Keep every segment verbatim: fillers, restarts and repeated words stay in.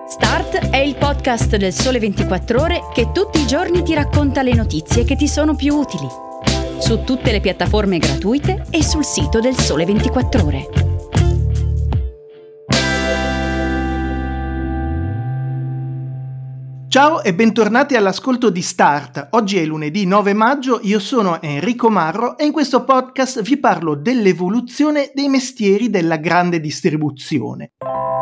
Start è il podcast del Sole ventiquattro Ore che tutti i giorni ti racconta le notizie che ti sono più utili. Su tutte le piattaforme gratuite e sul sito del Sole ventiquattro Ore. Ciao e bentornati all'ascolto di Start. Oggi è lunedì nove maggio, io sono Enrico Marro e in questo podcast vi parlo dell'evoluzione dei mestieri della grande distribuzione.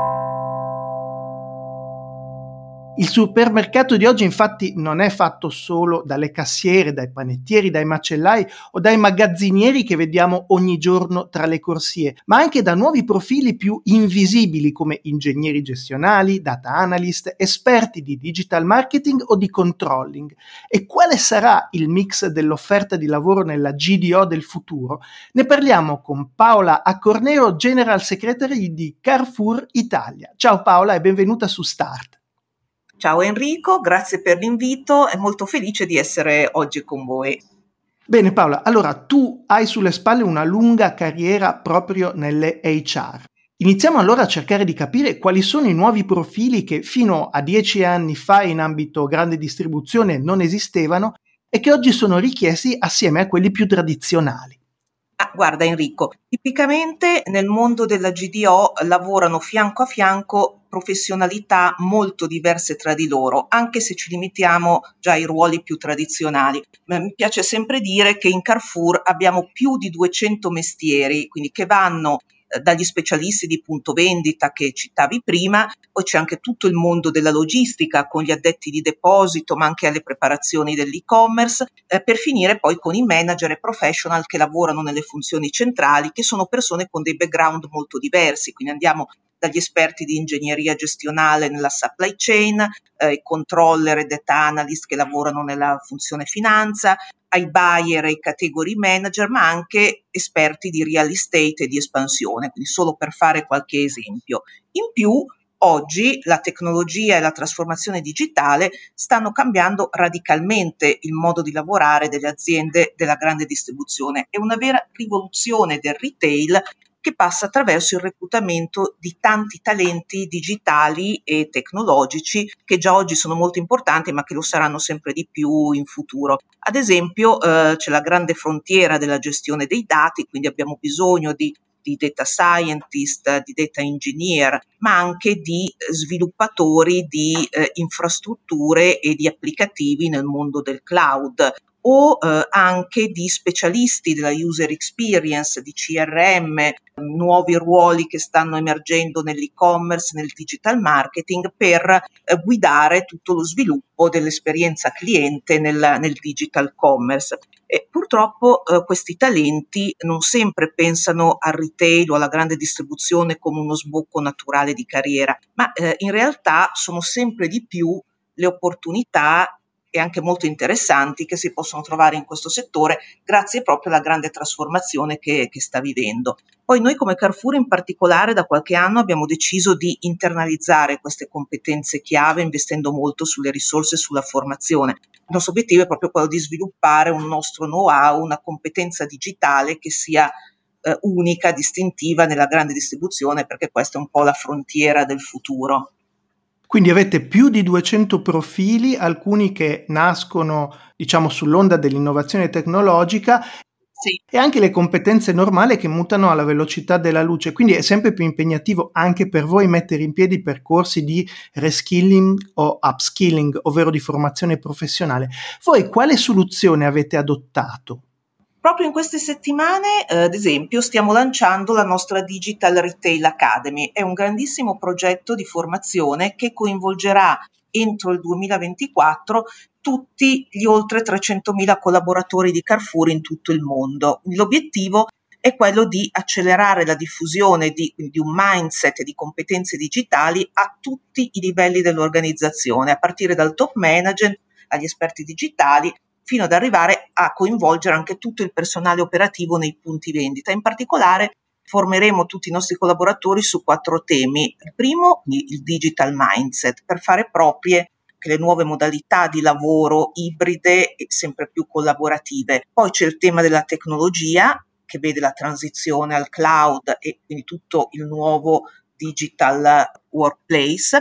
Il supermercato di oggi infatti non è fatto solo dalle cassiere, dai panettieri, dai macellai o dai magazzinieri che vediamo ogni giorno tra le corsie, ma anche da nuovi profili più invisibili come ingegneri gestionali, data analyst, esperti di digital marketing o di controlling. E quale sarà il mix dell'offerta di lavoro nella G D O del futuro? Ne parliamo con Paola Accornero, General Secretary di Carrefour Italia. Ciao Paola e benvenuta su Start. Ciao Enrico, grazie per l'invito e molto felice di essere oggi con voi. Bene Paola, allora tu hai sulle spalle una lunga carriera proprio nelle H R. Iniziamo allora a cercare di capire quali sono i nuovi profili che fino a dieci anni fa in ambito grande distribuzione non esistevano e che oggi sono richiesti assieme a quelli più tradizionali. Ah, guarda Enrico, tipicamente nel mondo della G D O lavorano fianco a fianco professionalità molto diverse tra di loro, anche se ci limitiamo già ai ruoli più tradizionali. Mi piace sempre dire che in Carrefour abbiamo più di duecento mestieri, quindi che vanno dagli specialisti di punto vendita che citavi prima, poi c'è anche tutto il mondo della logistica con gli addetti di deposito, ma anche alle preparazioni dell'e-commerce, eh, per finire poi con i manager e professional che lavorano nelle funzioni centrali, che sono persone con dei background molto diversi, quindi andiamo dagli esperti di ingegneria gestionale nella supply chain, eh, i controller e data analyst che lavorano nella funzione finanza, ai buyer e ai category manager, ma anche esperti di real estate e di espansione, quindi solo per fare qualche esempio. In più, oggi la tecnologia e la trasformazione digitale stanno cambiando radicalmente il modo di lavorare delle aziende della grande distribuzione. È una vera rivoluzione del retail che passa attraverso il reclutamento di tanti talenti digitali e tecnologici che già oggi sono molto importanti ma che lo saranno sempre di più in futuro. Ad esempio eh, c'è la grande frontiera della gestione dei dati, quindi abbiamo bisogno di di data scientist, di data engineer, ma anche di sviluppatori di eh, infrastrutture e di applicativi nel mondo del cloud, o eh, anche di specialisti della user experience, di C R M, nuovi ruoli che stanno emergendo nell'e-commerce, nel digital marketing per eh, guidare tutto lo sviluppo dell'esperienza cliente nel, nel digital commerce. E purtroppo eh, questi talenti non sempre pensano al retail o alla grande distribuzione come uno sbocco naturale di carriera, ma eh, in realtà sono sempre di più le opportunità e anche molto interessanti che si possono trovare in questo settore grazie proprio alla grande trasformazione che, che sta vivendo. Poi noi come Carrefour in particolare da qualche anno abbiamo deciso di internalizzare queste competenze chiave investendo molto sulle risorse e sulla formazione. Il nostro obiettivo è proprio quello di sviluppare un nostro know-how, una competenza digitale che sia eh, unica, distintiva nella grande distribuzione, perché questa è un po' la frontiera del futuro. Quindi avete più di duecento profili, alcuni che nascono, diciamo, sull'onda dell'innovazione tecnologica, sì, e anche le competenze normali che mutano alla velocità della luce. Quindi è sempre più impegnativo anche per voi mettere in piedi percorsi di reskilling o upskilling, ovvero di formazione professionale. Voi quale soluzione avete adottato? Proprio in queste settimane, eh, ad esempio, stiamo lanciando la nostra Digital Retail Academy. È un grandissimo progetto di formazione che coinvolgerà entro il duemilaventiquattro tutti gli oltre trecentomila collaboratori di Carrefour in tutto il mondo. L'obiettivo è quello di accelerare la diffusione di, di un mindset e di competenze digitali a tutti i livelli dell'organizzazione, a partire dal top management agli esperti digitali, fino ad arrivare a coinvolgere anche tutto il personale operativo nei punti vendita. In particolare formeremo tutti i nostri collaboratori su quattro temi. Il primo, il digital mindset, per fare proprie le nuove modalità di lavoro ibride e sempre più collaborative. Poi c'è il tema della tecnologia, che vede la transizione al cloud e quindi tutto il nuovo digital workplace.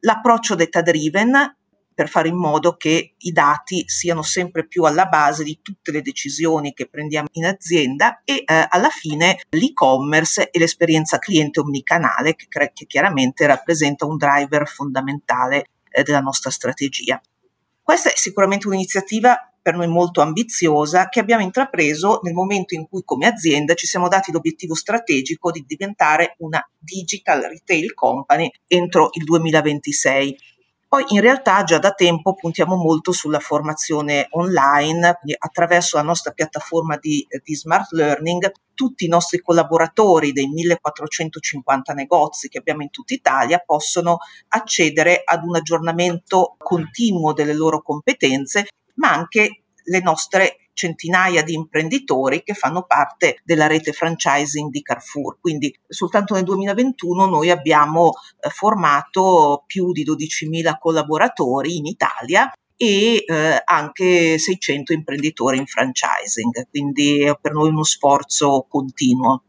l'approccio data driven, per fare in modo che i dati siano sempre più alla base di tutte le decisioni che prendiamo in azienda, e eh, alla fine l'e-commerce e l'esperienza cliente omnicanale, che, cre- che chiaramente rappresenta un driver fondamentale eh, della nostra strategia. Questa è sicuramente un'iniziativa per noi molto ambiziosa, che abbiamo intrapreso nel momento in cui come azienda ci siamo dati l'obiettivo strategico di diventare una digital retail company entro il duemilaventisei. Poi in realtà già da tempo puntiamo molto sulla formazione online, quindi attraverso la nostra piattaforma di, di smart learning tutti i nostri collaboratori dei millequattrocentocinquanta negozi che abbiamo in tutta Italia possono accedere ad un aggiornamento continuo delle loro competenze, ma anche le nostre centinaia di imprenditori che fanno parte della rete franchising di Carrefour. Quindi soltanto nel duemilaventuno noi abbiamo eh, formato più di dodicimila collaboratori in Italia e eh, anche seicento imprenditori in franchising, quindi è per noi uno sforzo continuo.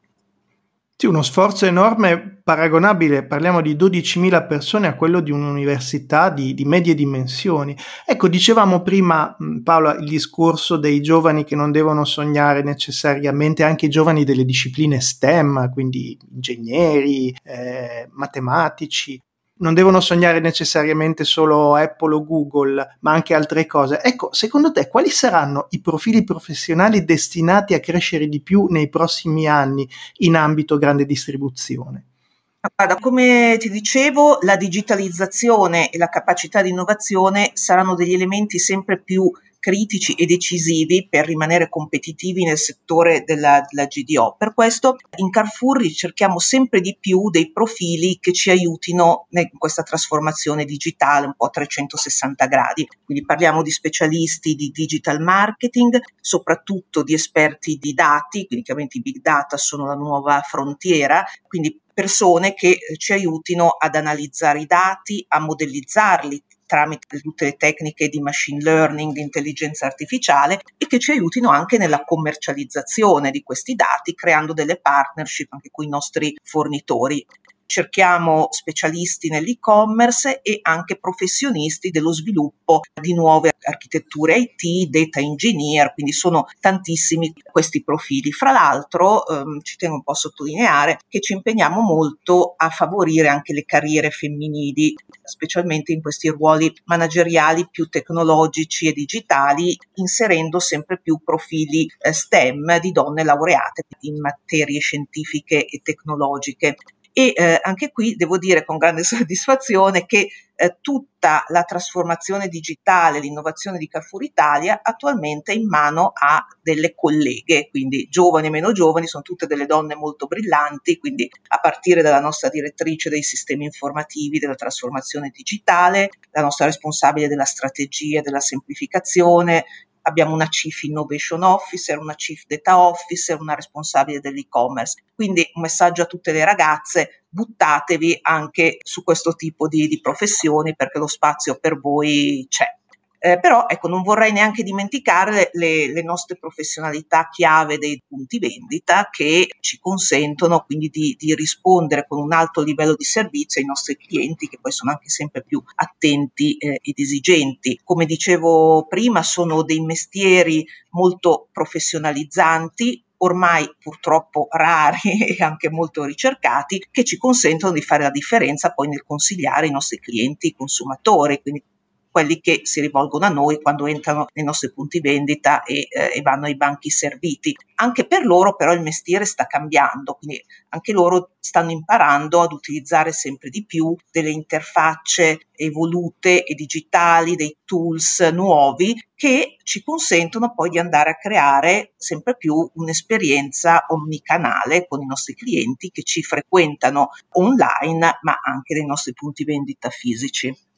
Sì, uno sforzo enorme, paragonabile, parliamo di dodicimila persone, a quello di un'università di, di medie dimensioni. Ecco, dicevamo prima, Paola, il discorso dei giovani che non devono sognare necessariamente, anche i giovani delle discipline STEM, quindi ingegneri, eh, matematici. Non devono sognare necessariamente solo Apple o Google, ma anche altre cose. Ecco, secondo te quali saranno i profili professionali destinati a crescere di più nei prossimi anni in ambito grande distribuzione? Guarda, come ti dicevo, la digitalizzazione e la capacità di innovazione saranno degli elementi sempre più critici e decisivi per rimanere competitivi nel settore della, della G D O. Per questo in Carrefour ricerchiamo sempre di più dei profili che ci aiutino in questa trasformazione digitale un po' a trecentosessanta gradi. Quindi parliamo di specialisti di digital marketing, soprattutto di esperti di dati, quindi chiaramente i big data sono la nuova frontiera, quindi persone che ci aiutino ad analizzare i dati, a modellizzarli tramite tutte le tecniche di machine learning, intelligenza artificiale, e che ci aiutino anche nella commercializzazione di questi dati, creando delle partnership anche con i nostri fornitori. Cerchiamo specialisti nell'e-commerce e anche professionisti dello sviluppo di nuove architetture I T, data engineer, quindi sono tantissimi questi profili. Fra l'altro ehm, ci tengo un po' a sottolineare che ci impegniamo molto a favorire anche le carriere femminili, specialmente in questi ruoli manageriali più tecnologici e digitali, inserendo sempre più profili eh, STEM di donne laureate in materie scientifiche e tecnologiche. E eh, anche qui devo dire con grande soddisfazione che eh, tutta la trasformazione digitale, l'innovazione di Carrefour Italia attualmente è in mano a delle colleghe, quindi giovani e meno giovani, sono tutte delle donne molto brillanti, quindi a partire dalla nostra direttrice dei sistemi informativi della trasformazione digitale, la nostra responsabile della strategia e della semplificazione. Abbiamo una Chief Innovation Officer, una Chief Data Officer, una responsabile dell'e-commerce. Quindi un messaggio a tutte le ragazze: buttatevi anche su questo tipo di, di professioni, perché lo spazio per voi c'è. Eh, però ecco, non vorrei neanche dimenticare le, le nostre professionalità chiave dei punti vendita, che ci consentono quindi di, di rispondere con un alto livello di servizio ai nostri clienti, che poi sono anche sempre più attenti eh, ed esigenti. Come dicevo prima, sono dei mestieri molto professionalizzanti, ormai purtroppo rari e anche molto ricercati, che ci consentono di fare la differenza poi nel consigliare i nostri clienti, i consumatori, quindi quelli che si rivolgono a noi quando entrano nei nostri punti vendita e, eh, e vanno ai banchi serviti. Anche per loro però il mestiere sta cambiando, quindi anche loro stanno imparando ad utilizzare sempre di più delle interfacce evolute e digitali, dei tools nuovi che ci consentono poi di andare a creare sempre più un'esperienza omnicanale con i nostri clienti che ci frequentano online, ma anche nei nostri punti vendita fisici.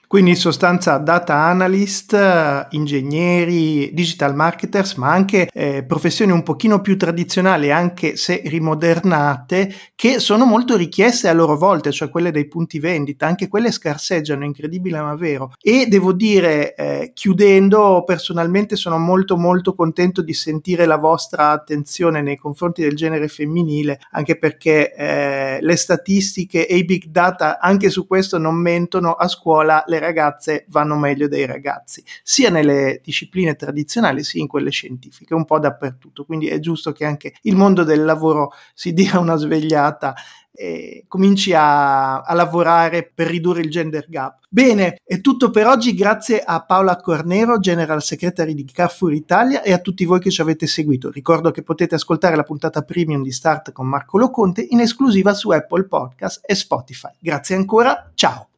Quindi in sostanza data analyst, ingegneri, digital marketers, ma anche eh, professioni un pochino più tradizionali, anche se rimodernate, che sono molto richieste a loro volta, cioè quelle dei punti vendita. Anche quelle scarseggiano, incredibile ma vero. E devo dire, eh, chiudendo, personalmente sono molto molto contento di sentire la vostra attenzione nei confronti del genere femminile, anche perché eh, le statistiche e i big data anche su questo non mentono. A scuola le ragazze vanno meglio dei ragazzi, sia nelle discipline tradizionali sia in quelle scientifiche, un po' dappertutto. Quindi è giusto che anche il mondo del lavoro si dia una svegliata e cominci a, a lavorare per ridurre il gender gap. Bene, è tutto per oggi. Grazie a Paola Cornero, General Secretary di Carrefour Italia, e a tutti voi che ci avete seguito. Ricordo che potete ascoltare la puntata premium di Start con Marco Loconte in esclusiva su Apple Podcast e Spotify. Grazie ancora, ciao!